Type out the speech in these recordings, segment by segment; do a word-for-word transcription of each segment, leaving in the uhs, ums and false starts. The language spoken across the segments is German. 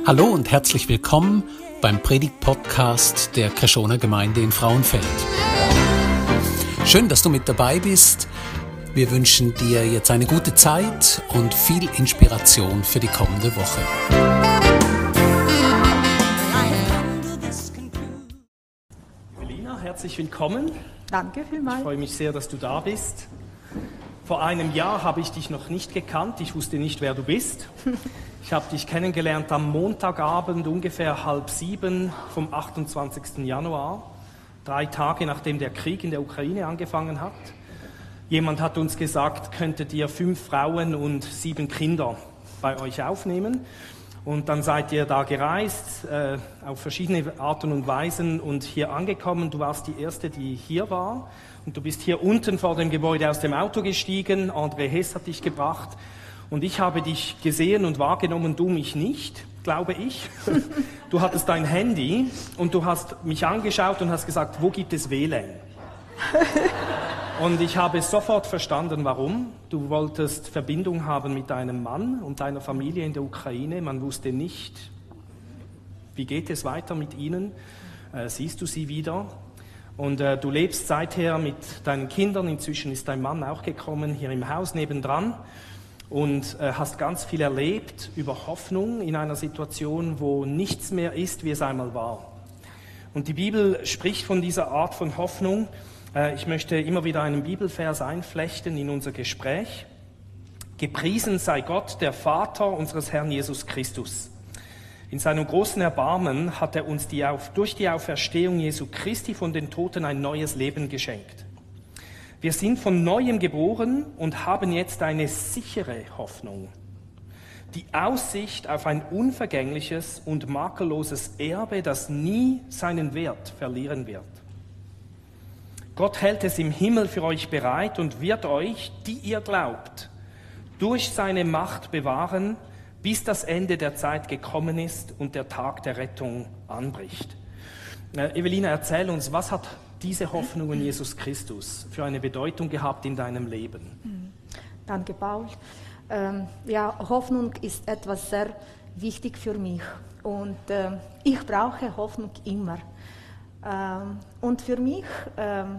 Hallo und herzlich willkommen beim Predigt-Podcast der Kreshoner Gemeinde in Frauenfeld. Schön, dass du mit dabei bist. Wir wünschen dir jetzt eine gute Zeit und viel Inspiration für die kommende Woche. Evelina, herzlich willkommen. Danke vielmals. Ich freue mich sehr, dass du da bist. Vor einem Jahr habe ich dich noch nicht gekannt, ich wusste nicht, wer du bist. Ich habe dich kennengelernt am Montagabend, ungefähr halb sieben vom achtundzwanzigsten Januar, drei Tage nachdem der Krieg in der Ukraine angefangen hat. Jemand hat uns gesagt, könntet ihr fünf Frauen und sieben Kinder bei euch aufnehmen. Und dann seid ihr da gereist, äh, auf verschiedene Arten und Weisen und hier angekommen. Du warst die Erste, die hier war. Und du bist hier unten vor dem Gebäude aus dem Auto gestiegen. André Hess hat dich gebracht. Und ich habe dich gesehen und wahrgenommen, du mich nicht, glaube ich. Du hattest dein Handy und du hast mich angeschaut und hast gesagt, wo gibt es W L A N? Und ich habe sofort verstanden, warum. Du wolltest Verbindung haben mit deinem Mann und deiner Familie in der Ukraine. Man wusste nicht, wie geht es weiter mit ihnen. Äh, siehst du sie wieder? Und äh, du lebst seither mit deinen Kindern. Inzwischen ist dein Mann auch gekommen, hier im Haus nebendran. Und äh, hast ganz viel erlebt über Hoffnung in einer Situation, wo nichts mehr ist, wie es einmal war. Und die Bibel spricht von dieser Art von Hoffnung. Ich möchte immer wieder einen Bibelvers einflechten in unser Gespräch. Gepriesen sei Gott, der Vater unseres Herrn Jesus Christus. In seinem großen Erbarmen hat er uns die auf, durch die Auferstehung Jesu Christi von den Toten ein neues Leben geschenkt. Wir sind von Neuem geboren und haben jetzt eine sichere Hoffnung. Die Aussicht auf ein unvergängliches und makelloses Erbe, das nie seinen Wert verlieren wird. Gott hält es im Himmel für euch bereit und wird euch, die ihr glaubt, durch seine Macht bewahren, bis das Ende der Zeit gekommen ist und der Tag der Rettung anbricht. Äh, Evelina, erzähl uns, was hat diese Hoffnung in Jesus Christus für eine Bedeutung gehabt in deinem Leben? Danke, Paul. Ähm, ja, Hoffnung ist etwas sehr wichtig für mich und äh, ich brauche Hoffnung immer. Ähm, und für mich, ähm,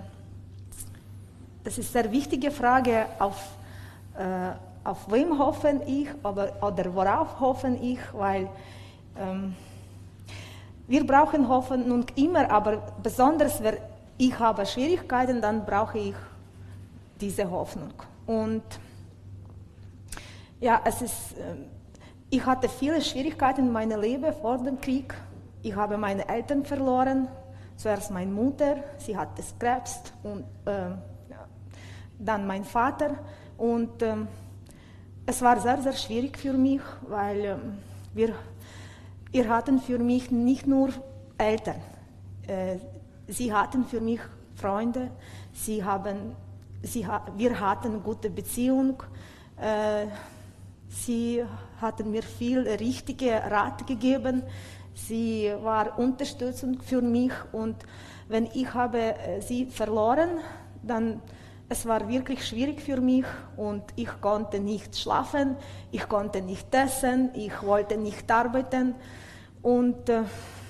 das ist eine sehr wichtige Frage, auf, äh, auf wem hoffe ich aber, oder worauf hoffe ich, weil ähm, wir brauchen Hoffnung immer, aber besonders wenn ich habe Schwierigkeiten, dann brauche ich diese Hoffnung. Und ja, es ist, äh, ich hatte viele Schwierigkeiten in meinem Leben vor dem Krieg. Ich habe meine Eltern verloren. Zuerst meine Mutter, sie hat das Krebs und äh, dann mein Vater. Und äh, es war sehr, sehr schwierig für mich, weil äh, wir, wir hatten für mich nicht nur Eltern. Äh, sie hatten für mich Freunde, sie haben, sie, wir hatten eine gute Beziehung. Äh, sie hatten mir viel richtige Rat gegeben. Sie war Unterstützung für mich und wenn ich habe sie verloren, dann es war wirklich schwierig für mich und ich konnte nicht schlafen, ich konnte nicht essen, ich wollte nicht arbeiten und äh,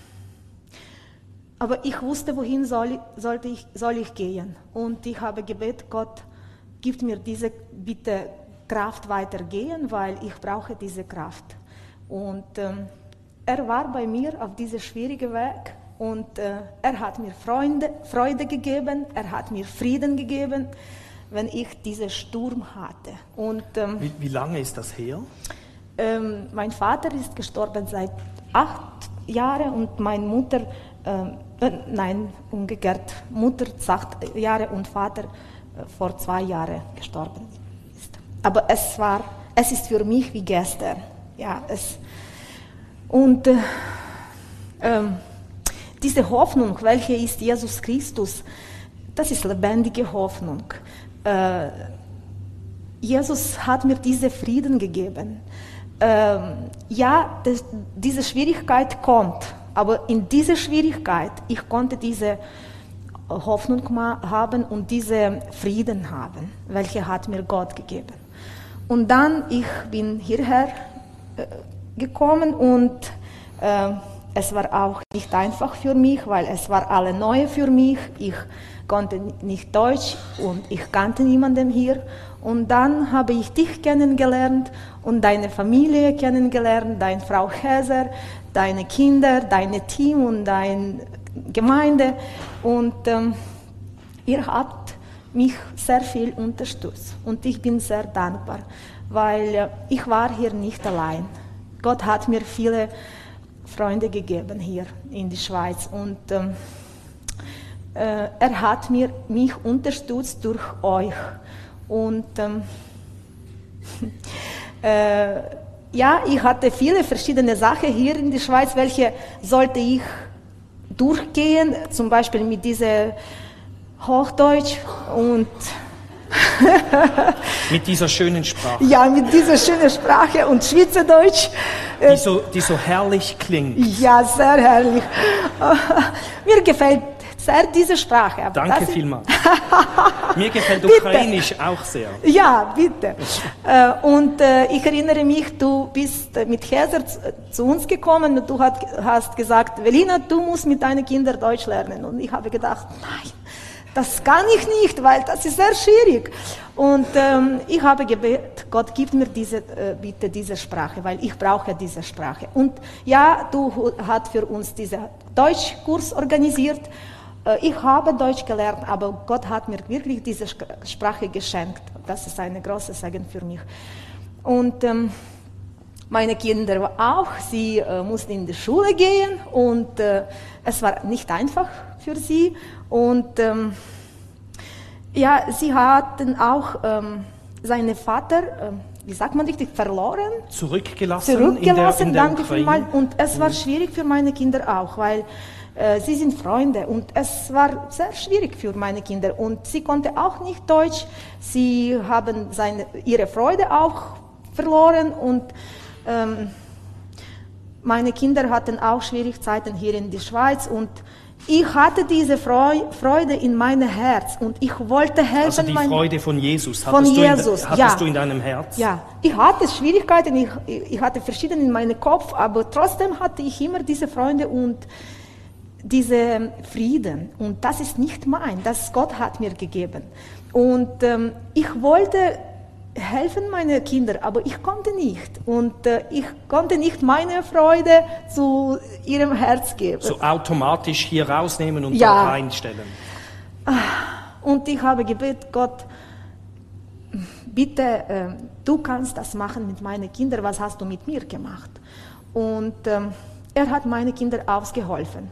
aber ich wusste, wohin soll, sollte ich, soll ich gehen und ich habe gebetet, Gott, gib mir diese bitte Kraft weitergehen, weil ich brauche diese Kraft und ähm, er war bei mir auf diesem schwierigen Weg und äh, er hat mir Freunde, Freude gegeben, er hat mir Frieden gegeben, wenn ich diesen Sturm hatte. Und, ähm, wie, wie lange ist das her? Ähm, mein Vater ist gestorben seit acht Jahren und meine Mutter, ähm, äh, nein, umgekehrt, Mutter acht Jahre und Vater äh, vor zwei Jahren gestorben ist. Aber es war, es ist für mich wie gestern. Ja, es Und äh, äh, diese Hoffnung, welche ist Jesus Christus, das ist lebendige Hoffnung. Äh, Jesus hat mir diesen Frieden gegeben. Äh, ja, das, diese Schwierigkeit kommt, aber in dieser Schwierigkeit, ich konnte diese Hoffnung haben und diesen Frieden haben, welche hat mir Gott gegeben. Und dann, ich bin hierher äh, gekommen und Äh, es war auch nicht einfach für mich, weil es war alle neu für mich. Ich konnte nicht Deutsch und ich kannte niemanden hier. Und dann habe ich dich kennengelernt und deine Familie kennengelernt, deine Frau Häser, deine Kinder, dein Team und deine Gemeinde. Und ähm, ihr habt mich sehr viel unterstützt. Und ich bin sehr dankbar, weil äh, ich war hier nicht allein. Gott hat mir viele Freunde gegeben hier in der Schweiz. Und ähm, äh, er hat mir, mich unterstützt durch euch. Und ähm, äh, ja, ich hatte viele verschiedene Sachen hier in der Schweiz, welche sollte ich durchgehen, zum Beispiel mit dieser Hochdeutsch und mit dieser schönen Sprache. Ja, mit dieser schönen Sprache und Schweizerdeutsch. Die so, die so herrlich klingt. Ja, sehr herrlich. Mir gefällt sehr diese Sprache. Aber Danke das vielmals. Mir gefällt Ukrainisch auch sehr. Ja, bitte. Und ich erinnere mich, du bist mit Häser zu uns gekommen und du hast gesagt, Velina, du musst mit deinen Kindern Deutsch lernen. Und ich habe gedacht, nein, das kann ich nicht, weil das ist sehr schwierig. Und ähm, ich habe gebetet, Gott, gib mir diese, äh, bitte diese Sprache, weil ich brauche diese Sprache. Und ja, du hast für uns diesen Deutschkurs organisiert. Ich habe Deutsch gelernt, aber Gott hat mir wirklich diese Sprache geschenkt. Das ist eine große Segen für mich. Und ähm, meine Kinder auch, sie äh, mussten in die Schule gehen und äh, es war nicht einfach für sie. Und ähm, ja, sie hatten auch ähm, seinen Vater, äh, wie sagt man richtig, verloren? Zurückgelassen. Zurückgelassen, in der, in danke der vielmals. Und es war schwierig für meine Kinder auch, weil äh, sie sind Freunde und es war sehr schwierig für meine Kinder. Und sie konnte auch nicht Deutsch. Sie haben seine, ihre Freude auch verloren und ähm, meine Kinder hatten auch Schwierigkeiten hier in der Schweiz und ich hatte diese Freude in meinem Herz und ich wollte helfen. Also die Freude von Jesus von hattest, Jesus, du, in, hattest ja. du in deinem Herz? Ja, ich hatte Schwierigkeiten, ich, ich hatte verschiedene in meinem Kopf, aber trotzdem hatte ich immer diese Freunde und diese Frieden. Und das ist nicht mein, das Gott hat mir gegeben. Und ähm, ich wollte helfen meine Kinder, aber ich konnte nicht. Und äh, ich konnte nicht meine Freude zu ihrem Herz geben. So automatisch hier rausnehmen und ja. dort reinstellen. Und ich habe gebetet, Gott, bitte, äh, du kannst das machen mit meinen Kindern, was hast du mit mir gemacht? Und ähm, er hat meine Kinder ausgeholfen.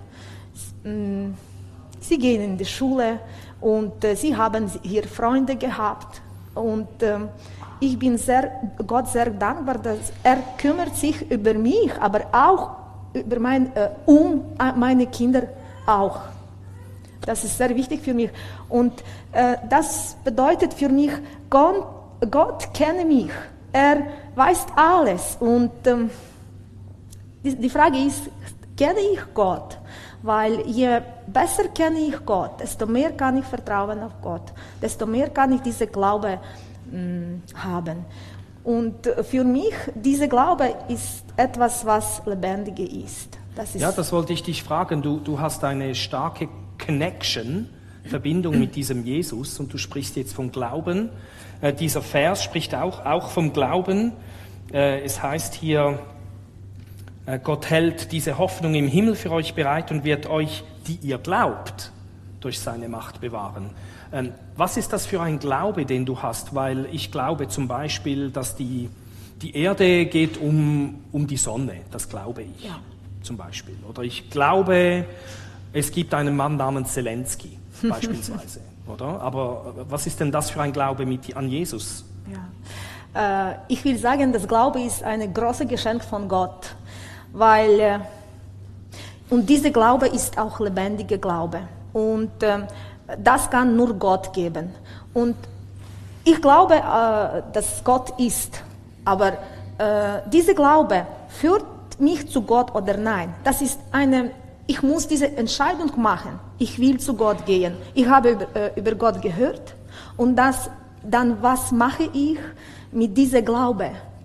Sie gehen in die Schule und äh, sie haben hier Freunde gehabt. Und ähm, ich bin sehr, Gott sehr dankbar, dass er kümmert sich über mich, aber auch über mein, äh, um meine Kinder auch. Das ist sehr wichtig für mich. Und äh, das bedeutet für mich, Gott, Gott kennt mich. Er weiß alles. Und ähm, die, die Frage ist, kenne ich Gott? Weil je besser kenne ich Gott, desto mehr kann ich vertrauen auf Gott, desto mehr kann ich diese Glaube mh, haben. Und für mich, dieser Glaube ist etwas, was lebendig ist. Das ist ja, das wollte ich dich fragen. Du, du hast eine starke Connection, Verbindung mit diesem Jesus und du sprichst jetzt vom Glauben. Äh, dieser Vers spricht auch, auch vom Glauben. Äh, es heißt hier, Gott hält diese Hoffnung im Himmel für euch bereit und wird euch, die ihr glaubt, durch seine Macht bewahren. Ähm, was ist das für ein Glaube, den du hast? Weil ich glaube zum Beispiel, dass die, die Erde geht um, um die Sonne. Das glaube ich ja. zum Beispiel. Oder ich glaube, es gibt einen Mann namens Zelensky beispielsweise. Oder? Aber was ist denn das für ein Glaube mit, an Jesus? Ja. Äh, ich will sagen, das Glaube ist ein großes Geschenk von Gott. Weil, äh, und dieser Glaube ist auch lebendiger Glaube. Und äh, das kann nur Gott geben. Und ich glaube, äh, dass Gott ist. Aber äh, dieser Glaube führt mich zu Gott oder nein. Das ist eine, ich muss diese Entscheidung machen. Ich will zu Gott gehen. Ich habe über, äh, über Gott gehört. Und das, dann, was mache ich mit diesem Glaube?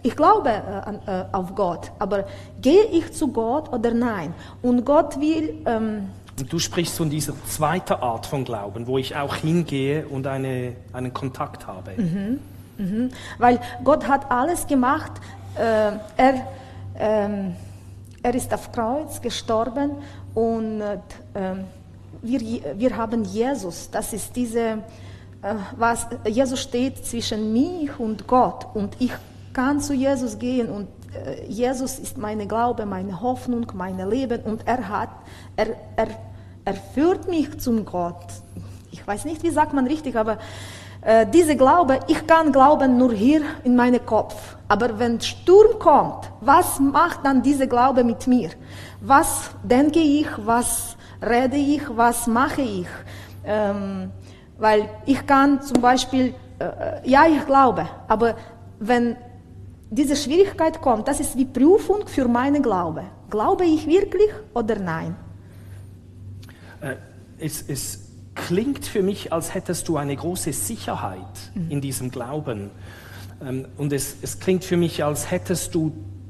ich glaube äh, an, äh, auf Gott, aber gehe ich zu Gott oder nein? Und Gott will... Ähm, und du sprichst von dieser zweiten Art von Glauben, wo ich auch hingehe und eine, einen Kontakt habe. Mhm, mhm. Weil Gott hat alles gemacht. Äh, er, ähm, er ist auf Kreuz gestorben und äh, wir, wir haben Jesus. Das ist diese, äh, was Jesus steht zwischen mir und Gott. Und ich kann zu Jesus gehen und äh, Jesus ist meine Glaube, meine Hoffnung, mein Leben und er hat, er, er, er führt mich zum Gott. Ich weiß nicht, wie sagt man richtig, aber äh, diese Glaube, ich kann glauben nur hier in meinem Kopf. Aber wenn Sturm kommt, was macht dann diese Glaube mit mir? Was denke ich, was rede ich, was mache ich? Ähm, weil ich kann zum Beispiel, äh, ja, ich glaube, aber wenn diese Schwierigkeit kommt, das ist die Prüfung für meinen Glaube. Glaube ich wirklich oder nein? Äh, es, es klingt für mich, als hättest du eine große Sicherheit mhm. in diesem Glauben. Ähm, und es, es klingt für mich, als hättest du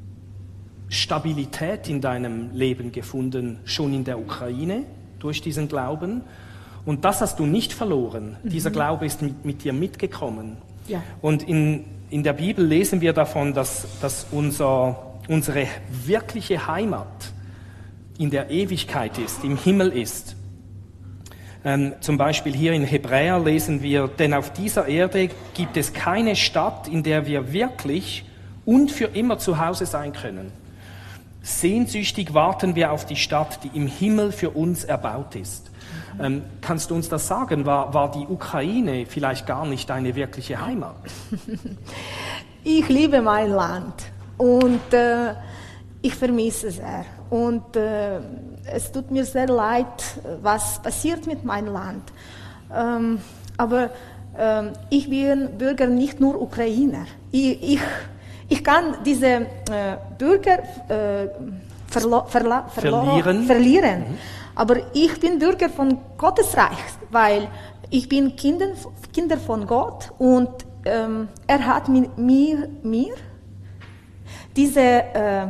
Stabilität in deinem Leben gefunden, schon in der Ukraine, durch diesen Glauben. Und das hast du nicht verloren. Mhm. Dieser Glaube ist mit, mit dir mitgekommen. Ja. Und in, in der Bibel lesen wir davon, dass, dass unser, unsere wirkliche Heimat in der Ewigkeit ist, im Himmel ist. Ähm, zum Beispiel hier in Hebräer lesen wir, denn auf dieser Erde gibt es keine Stadt, in der wir wirklich und für immer zu Hause sein können. Sehnsüchtig warten wir auf die Stadt, die im Himmel für uns erbaut ist. Mhm. Ähm, kannst du uns das sagen? War, war die Ukraine vielleicht gar nicht deine wirkliche Heimat? Ich liebe mein Land und äh, ich vermisse es sehr. Und äh, es tut mir sehr leid, was passiert mit meinem Land. Ähm, aber äh, ich bin Bürger, nicht nur Ukrainer. Ich, ich Ich kann diese äh, Bürger äh, verlo verla verlieren, verlieren. Mhm. Aber ich bin Bürger von Gottes Reich, weil ich bin Kinder, Kinder von Gott und ähm, er hat mir, mir, mir diese äh,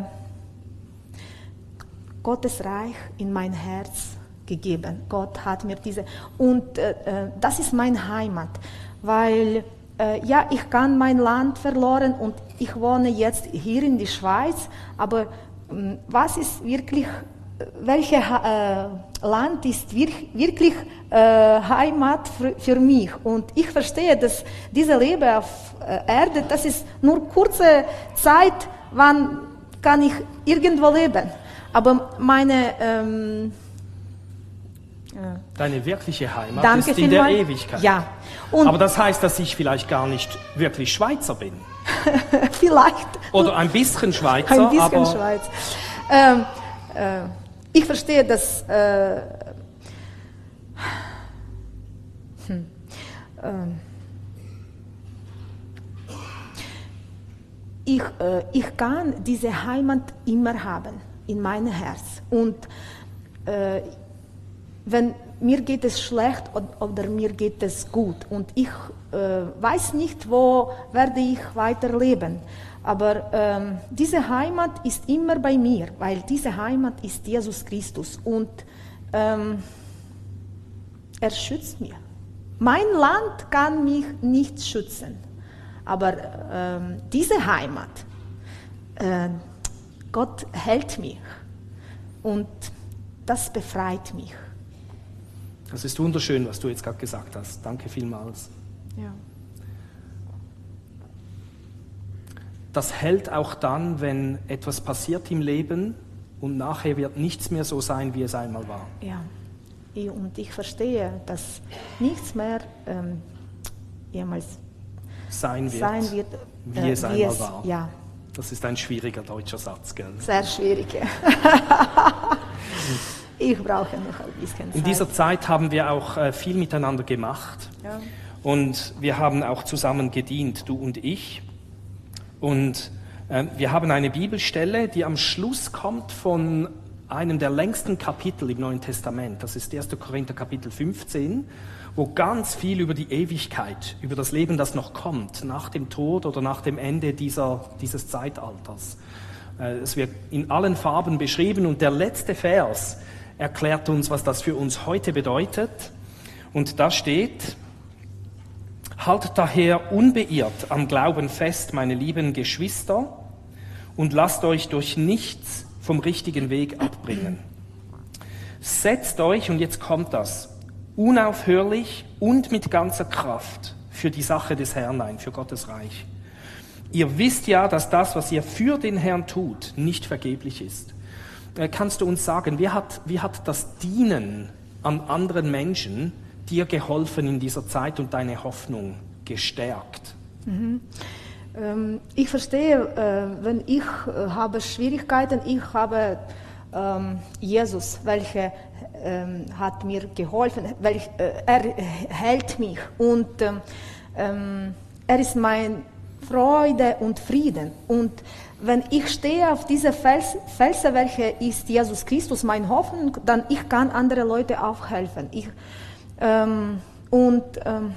Gottes Reich in mein Herz gegeben. Gott hat mir diese und äh, das ist meine Heimat, weil äh, ja, ich kann mein Land verloren und ich wohne jetzt hier in der Schweiz, aber äh, was ist wirklich, welches äh, Land ist wirklich, wirklich äh, Heimat für, für mich? Und ich verstehe, dass diese Leben auf äh, Erde, das ist nur kurze Zeit, wann kann ich irgendwo leben. Aber meine ähm, Deine wirkliche Heimat Danke ist in der mal. Ewigkeit. Ja. Und aber das heißt, dass ich vielleicht gar nicht wirklich Schweizer bin. Vielleicht. Oder ein bisschen Schweizer. Ein bisschen aber Schweiz. Ähm, äh, ich verstehe, dass äh, hm, ähm, ich, äh, ich kann diese Heimat immer haben in meinem Herz. Und äh, wenn mir geht es schlecht oder mir geht es gut und ich äh, weiß nicht, wo werde ich weiterleben. Aber ähm, diese Heimat ist immer bei mir, weil diese Heimat ist Jesus Christus und ähm, er schützt mich. Mein Land kann mich nicht schützen, aber ähm, diese Heimat, äh, Gott hält mich und das befreit mich. Das ist wunderschön, was du jetzt gerade gesagt hast. Danke vielmals. Ja. Das hält auch dann, wenn etwas passiert im Leben und nachher wird nichts mehr so sein, wie es einmal war. Ja, ich, und ich verstehe, dass nichts mehr ähm, jemals sein wird, sein wird wie äh, es wie einmal es, war. Ja. Das ist ein schwieriger deutscher Satz, gell? Sehr schwierig. Ich brauche noch ein bisschen Zeit. In dieser Zeit haben wir auch äh, viel miteinander gemacht. Ja. Und wir haben auch zusammen gedient, du und ich. Und äh, wir haben eine Bibelstelle, die am Schluss kommt von einem der längsten Kapitel im Neuen Testament. Das ist erster Korinther Kapitel fünfzehn, wo ganz viel über die Ewigkeit, über das Leben, das noch kommt, nach dem Tod oder nach dem Ende dieser, dieses Zeitalters. Es wird in allen Farben beschrieben und der letzte Vers erklärt uns, was das für uns heute bedeutet. Und da steht: Haltet daher unbeirrt am Glauben fest, meine lieben Geschwister, und lasst euch durch nichts vom richtigen Weg abbringen. Setzt euch, und jetzt kommt das, unaufhörlich und mit ganzer Kraft für die Sache des Herrn ein, für Gottes Reich. Ihr wisst ja, dass das, was ihr für den Herrn tut, nicht vergeblich ist. Äh, kannst du uns sagen, wie hat, wie hat das Dienen an anderen Menschen dir geholfen in dieser Zeit und deine Hoffnung gestärkt? Mhm. Ähm, ich verstehe, äh, wenn ich äh, habe Schwierigkeiten, ich habe ähm, Jesus, welcher ähm, hat mir geholfen, welch, äh, er hält mich und ähm, er ist mein Freude und Frieden. Und wenn ich stehe auf dieser Fels, Felsen, welche ist Jesus Christus, meine Hoffnung, dann ich kann andere Leute auch helfen. Ich, ähm, und ähm,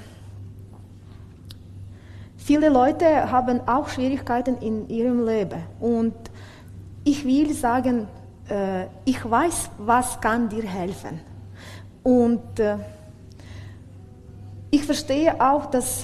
viele Leute haben auch Schwierigkeiten in ihrem Leben. Und ich will sagen, äh, ich weiß, was kann dir helfen. Und äh, ich verstehe auch, dass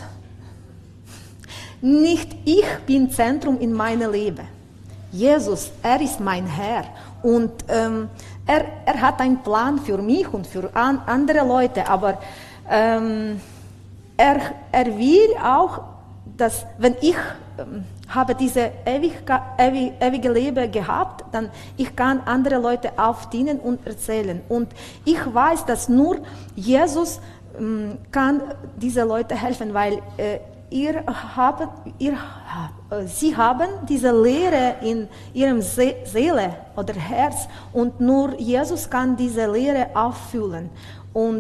nicht ich bin Zentrum in meinem Leben. Jesus, er ist mein Herr und ähm, er, er hat einen Plan für mich und für an, andere Leute, aber ähm, er, er will auch, dass wenn ich ähm, habe diese ewige, ewig, ewige Leben gehabt, dann ich kann andere Leute aufdienen und erzählen. Und ich weiß, dass nur Jesus ähm, kann diese Leute helfen, weil äh, Ihr habt, ihr, sie haben diese Leere in ihrem See, Seele oder Herz und nur Jesus kann diese Leere auffüllen. Und,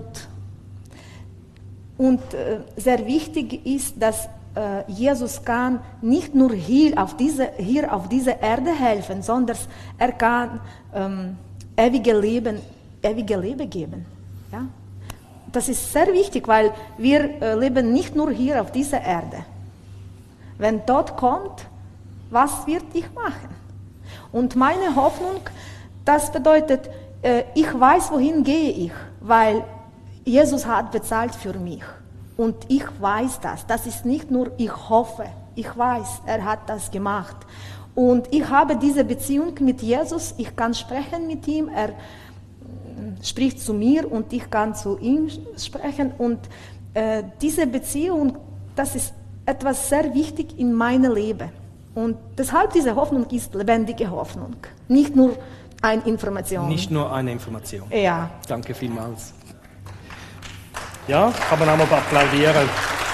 und äh, sehr wichtig ist, dass äh, Jesus kann nicht nur hier auf diese, hier auf dieser Erde helfen, sondern er kann ähm, ewige Leben, ewige Leben geben. Ja? Das ist sehr wichtig, weil wir äh, leben nicht nur hier auf dieser Erde. Wenn Tod kommt, was wird ich machen? Und meine Hoffnung, das bedeutet, äh, ich weiß, wohin gehe ich, weil Jesus hat bezahlt für mich. Und ich weiß das. Das ist nicht nur, ich hoffe, ich weiß, er hat das gemacht. Und ich habe diese Beziehung mit Jesus, ich kann sprechen mit ihm, er spricht zu mir und ich kann zu ihm sprechen. Und äh, diese Beziehung, das ist etwas sehr wichtig in meinem Leben. Und deshalb diese Hoffnung ist lebendige Hoffnung, nicht nur eine Information. Nicht nur eine Information. Ja. Danke vielmals. Ja, kann man auch mal applaudieren.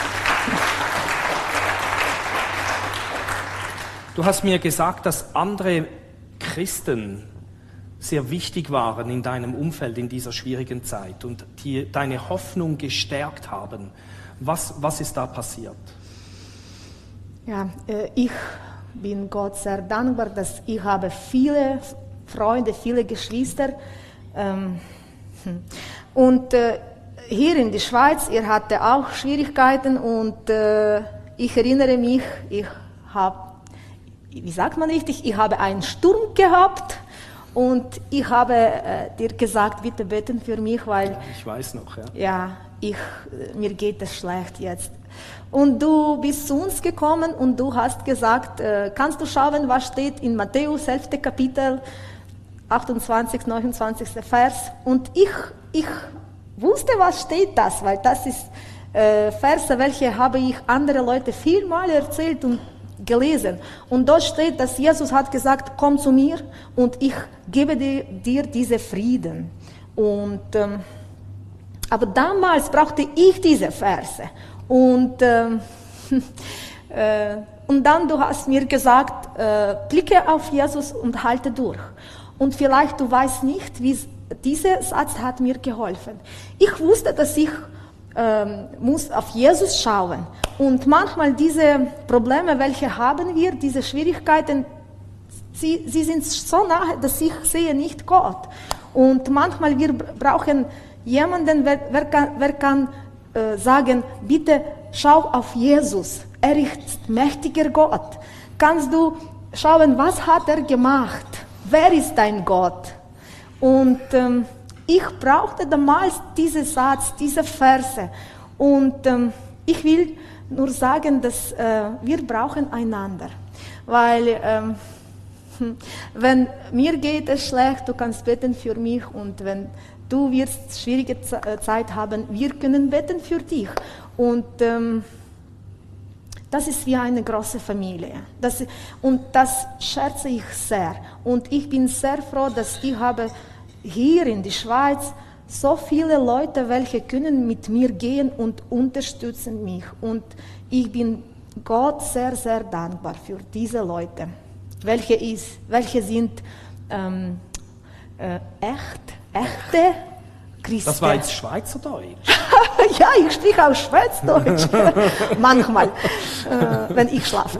Du hast mir gesagt, dass andere Christen sehr wichtig waren in deinem Umfeld in dieser schwierigen Zeit und die deine Hoffnung gestärkt haben. Was, was ist da passiert? Ja, ich bin Gott sehr dankbar, dass ich habe viele Freunde, viele Geschwister. Und hier in der Schweiz, ihr hatte auch Schwierigkeiten und ich erinnere mich, ich habe, wie sagt man richtig, ich habe einen Sturm gehabt. Und ich habe äh, dir gesagt, bitte beten für mich, weil ja, ich weiß noch, ja. Ja, ich, mir geht es schlecht jetzt. Und du bist zu uns gekommen und du hast gesagt, äh, kannst du schauen, was steht in Matthäus, elften Kapitel, achtundzwanzigsten, neunundzwanzigsten Vers. Und ich, ich wusste, was steht das, weil das ist äh, Verse, welche habe ich andere Leute vielmal erzählt und gelesen. Und dort steht, dass Jesus hat gesagt, komm zu mir und ich gebe dir, dir diese Frieden. Und, ähm, aber damals brauchte ich diese Verse. Und, ähm, äh, und dann du hast mir gesagt, äh, blicke auf Jesus und halte durch. Und vielleicht du weißt nicht, wie dieser Satz hat mir geholfen. Ich wusste, dass ich ähm, muss auf Jesus schauen. Und manchmal diese Probleme, welche haben wir, diese Schwierigkeiten, sie, sie sind so nahe, dass ich sehe nicht Gott. Und manchmal wir brauchen jemanden, wer, wer kann, wer kann äh, sagen, bitte schau auf Jesus, er ist mächtiger Gott. Kannst du schauen, was hat er gemacht? Wer ist dein Gott? Und ähm, ich brauchte damals diesen Satz, diese Verse. Und ähm, ich will nur sagen, dass äh, wir brauchen einander. Weil ähm, wenn mir geht es schlecht, du kannst beten für mich. Und wenn du wirst schwierige Zeit haben, wir können beten für dich. Und ähm, das ist wie eine große Familie. Das, und das schätze ich sehr. Und ich bin sehr froh, dass ich habe hier in der Schweiz so viele Leute, welche können mit mir gehen und unterstützen mich. Und ich bin Gott sehr, sehr dankbar für diese Leute, welche, ist, welche sind ähm, äh, echt, echte Christen. Das war jetzt Schweizerdeutsch. Ja, ich spreche auch Schweizerdeutsch. Manchmal, äh, wenn ich schlafe.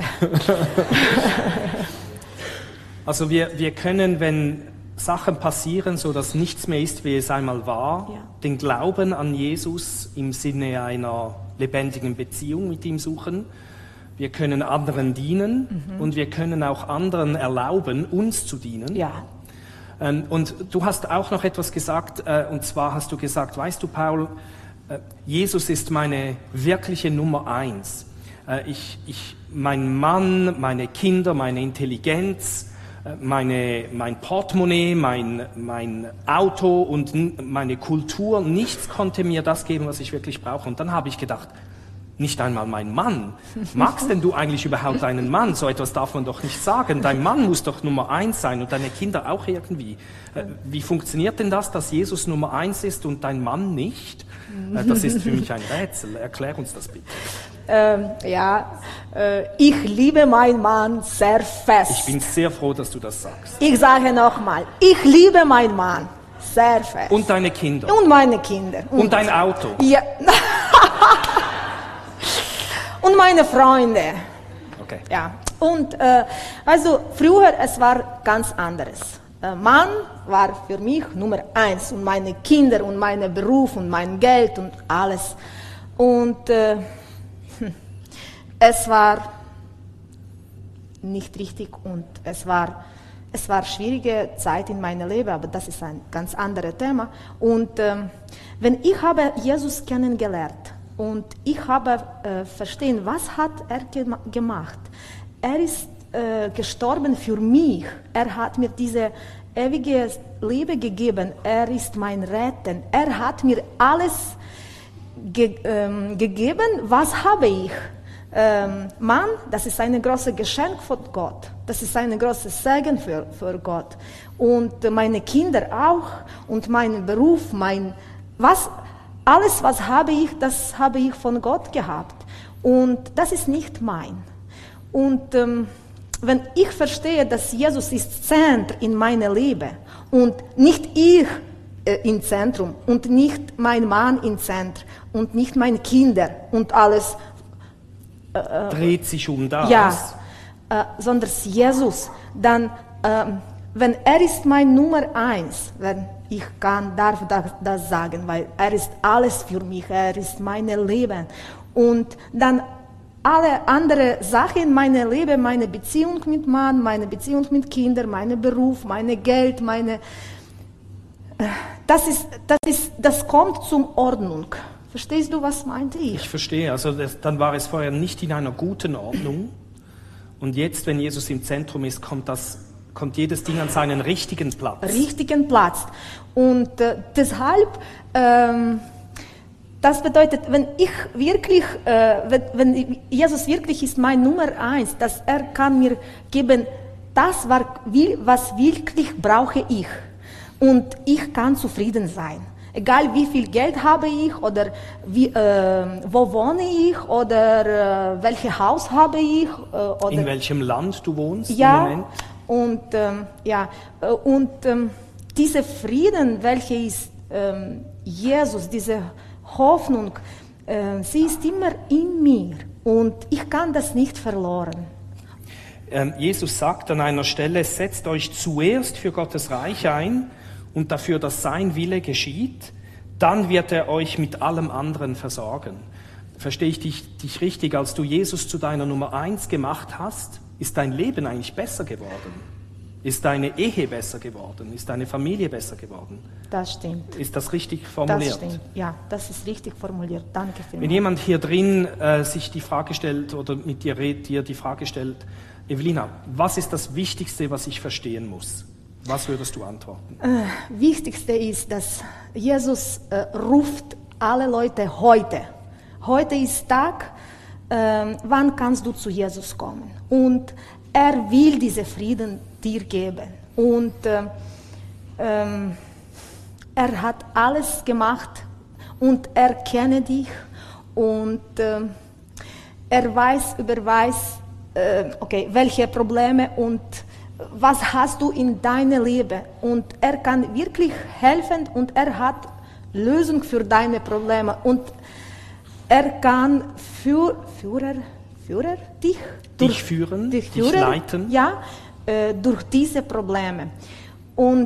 Also wir, wir können, wenn Sachen passieren, so dass nichts mehr ist, wie es einmal war, Ja. den Glauben an Jesus im Sinne einer lebendigen Beziehung mit ihm suchen. Wir können anderen dienen mhm. und wir können auch anderen erlauben, uns zu dienen. Ja. Und du hast auch noch etwas gesagt, und zwar hast du gesagt, weißt du, Paul, Jesus ist meine wirkliche Nummer eins. Ich, ich, mein Mann, meine Kinder, meine Intelligenz, meine, mein Portemonnaie, mein, mein Auto und meine Kultur, nichts konnte mir das geben, was ich wirklich brauche. Und dann habe ich gedacht, nicht einmal mein Mann. Magst denn du eigentlich überhaupt einen Mann? So etwas darf man doch nicht sagen. Dein Mann muss doch Nummer eins sein und deine Kinder auch irgendwie. Wie funktioniert denn das, dass Jesus Nummer eins ist und dein Mann nicht? Das ist für mich ein Rätsel. Erklär uns das bitte. Ähm, ja, äh, ich liebe meinen Mann sehr fest. Ich bin sehr froh, dass du das sagst. Ich sage nochmal, ich liebe meinen Mann sehr fest. Und deine Kinder. Und meine Kinder. Und, und dein Auto. Ja. Und meine Freunde. Okay. Ja. Und äh, also früher es war ganz anderes. Äh, Mann war für mich Nummer eins und meine Kinder und mein Beruf und mein Geld und alles. Und äh, es war nicht richtig und es war es war schwierige Zeit in meinem Leben, aber das ist ein ganz anderes Thema. Und äh, wenn ich habe Jesus kennengelernt und ich habe äh, verstehen, was hat er gem gemacht? Er ist äh, gestorben für mich. Er hat mir diese ewige Liebe gegeben. Er ist mein Retter. Er hat mir alles ge ähm, gegeben. Was habe ich? Ähm, Mann, das ist ein großes Geschenk von Gott. Das ist ein großes Segen für, für Gott. Und meine Kinder auch und mein Beruf, mein was alles, was habe ich, das habe ich von Gott gehabt. Und das ist nicht mein. Und ähm, wenn ich verstehe, dass Jesus ist Zentrum in meinem Leben und nicht ich äh, im Zentrum und nicht mein Mann im Zentrum und nicht meine Kinder und alles, äh, dreht sich um das. Ja, äh, sondern Jesus, dann, äh, wenn er ist mein Nummer eins, wenn ich kann, darf das, das sagen, weil er ist alles für mich, er ist mein Leben. Und dann alle anderen Sachen in meinem Leben, meine Beziehung mit Mann, meine Beziehung mit Kindern, mein Beruf, mein Geld, meine, das ist, das ist, das kommt zum Ordnung. Verstehst du, was meinte ich? Ich verstehe. Also das, dann war es vorher nicht in einer guten Ordnung. Und jetzt, wenn Jesus im Zentrum ist, kommt das, kommt jedes Ding an seinen richtigen Platz. Richtigen Platz. Und äh, deshalb, ähm, das bedeutet, wenn ich wirklich, äh, wenn, wenn Jesus wirklich ist mein Nummer eins, dass er kann mir geben, das, was wirklich brauche ich. Und ich kann zufrieden sein. Egal wie viel Geld habe ich oder wie, äh, wo wohne ich oder äh, welches Haus habe ich. Äh, oder in welchem Land du wohnst ja, im Moment. Und, ähm, ja, und ähm, dieser Frieden, welcher ist ähm, Jesus, diese Hoffnung, äh, sie ist immer in mir und ich kann das nicht verloren. Ähm, Jesus sagt an einer Stelle, setzt euch zuerst für Gottes Reich ein und dafür, dass sein Wille geschieht, dann wird er euch mit allem anderen versorgen. Verstehe ich dich, dich richtig, als du Jesus zu deiner Nummer eins gemacht hast, ist dein Leben eigentlich besser geworden? Ist deine Ehe besser geworden? Ist deine Familie besser geworden? Das stimmt. Ist das richtig formuliert? Das stimmt, ja, das ist richtig formuliert. Danke vielmals. Wenn jemand hier drin äh, sich die Frage stellt oder mit dir redet, dir die Frage stellt, Evelina, was ist das Wichtigste, was ich verstehen muss? Was würdest du antworten? Äh, Wichtigste ist, dass Jesus äh, ruft alle Leute heute. Heute ist Tag, äh, wann kannst du zu Jesus kommen? Und er will diesen Frieden dir geben. Und äh, ähm, er hat alles gemacht und er kennt dich und äh, er weiß, über weiß, äh, okay, welche Probleme und was hast du in deinem Leben. Und er kann wirklich helfen und er hat Lösung für deine Probleme. Und er kann für, Führer, Führer dich, dich durch, führen, dich, dich führen, leiten. Ja, äh, durch diese Probleme. Und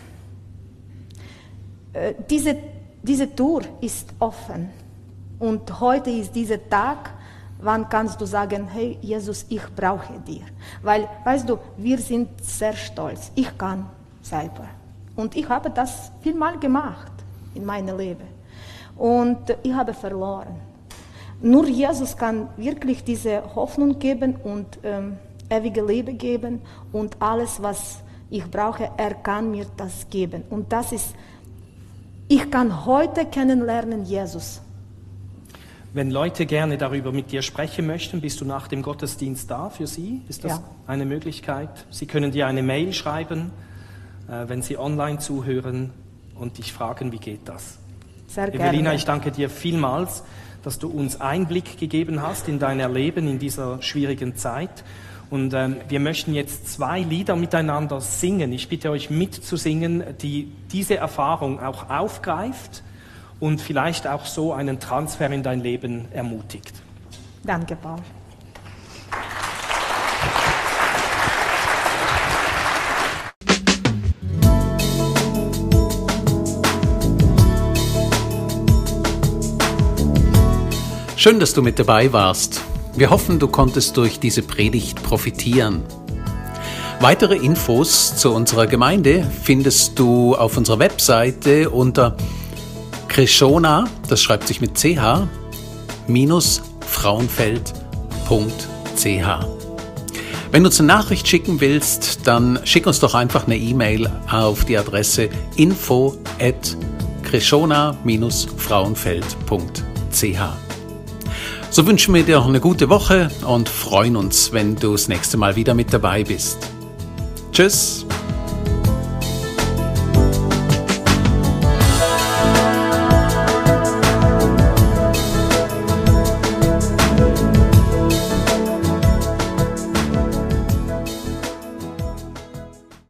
äh, diese, diese Tür ist offen. Und heute ist dieser Tag, wann kannst du sagen, hey Jesus, ich brauche dir. Weil, weißt du, wir sind sehr stolz. Ich kann selber. Und ich habe das vielmal gemacht in meinem Leben. Und ich habe verloren. Nur Jesus kann wirklich diese Hoffnung geben und ähm, ewige Leben geben. Und alles, was ich brauche, er kann mir das geben. Und das ist, ich kann heute kennenlernen Jesus. Wenn Leute gerne darüber mit dir sprechen möchten, bist du nach dem Gottesdienst da für sie? Ist das Ja. eine Möglichkeit? Sie können dir eine Mail schreiben, äh, wenn sie online zuhören und dich fragen, wie geht das? Sehr gerne. Evelina, ich danke dir vielmals, dass du uns Einblick gegeben hast in dein Erleben in dieser schwierigen Zeit. Und ähm, wir möchten jetzt zwei Lieder miteinander singen. Ich bitte euch mitzusingen, die diese Erfahrung auch aufgreift und vielleicht auch so einen Transfer in dein Leben ermutigt. Danke, Paul. Schön, dass du mit dabei warst. Wir hoffen, du konntest durch diese Predigt profitieren. Weitere Infos zu unserer Gemeinde findest du auf unserer Webseite unter Krishona, das schreibt sich mit ch, minus frauenfeld punkt c h. Wenn du uns eine Nachricht schicken willst, dann schick uns doch einfach eine E-Mail auf die Adresse info at krishona minus frauenfeld punkt c h. So wünschen wir dir noch eine gute Woche und freuen uns, wenn du das nächste Mal wieder mit dabei bist. Tschüss!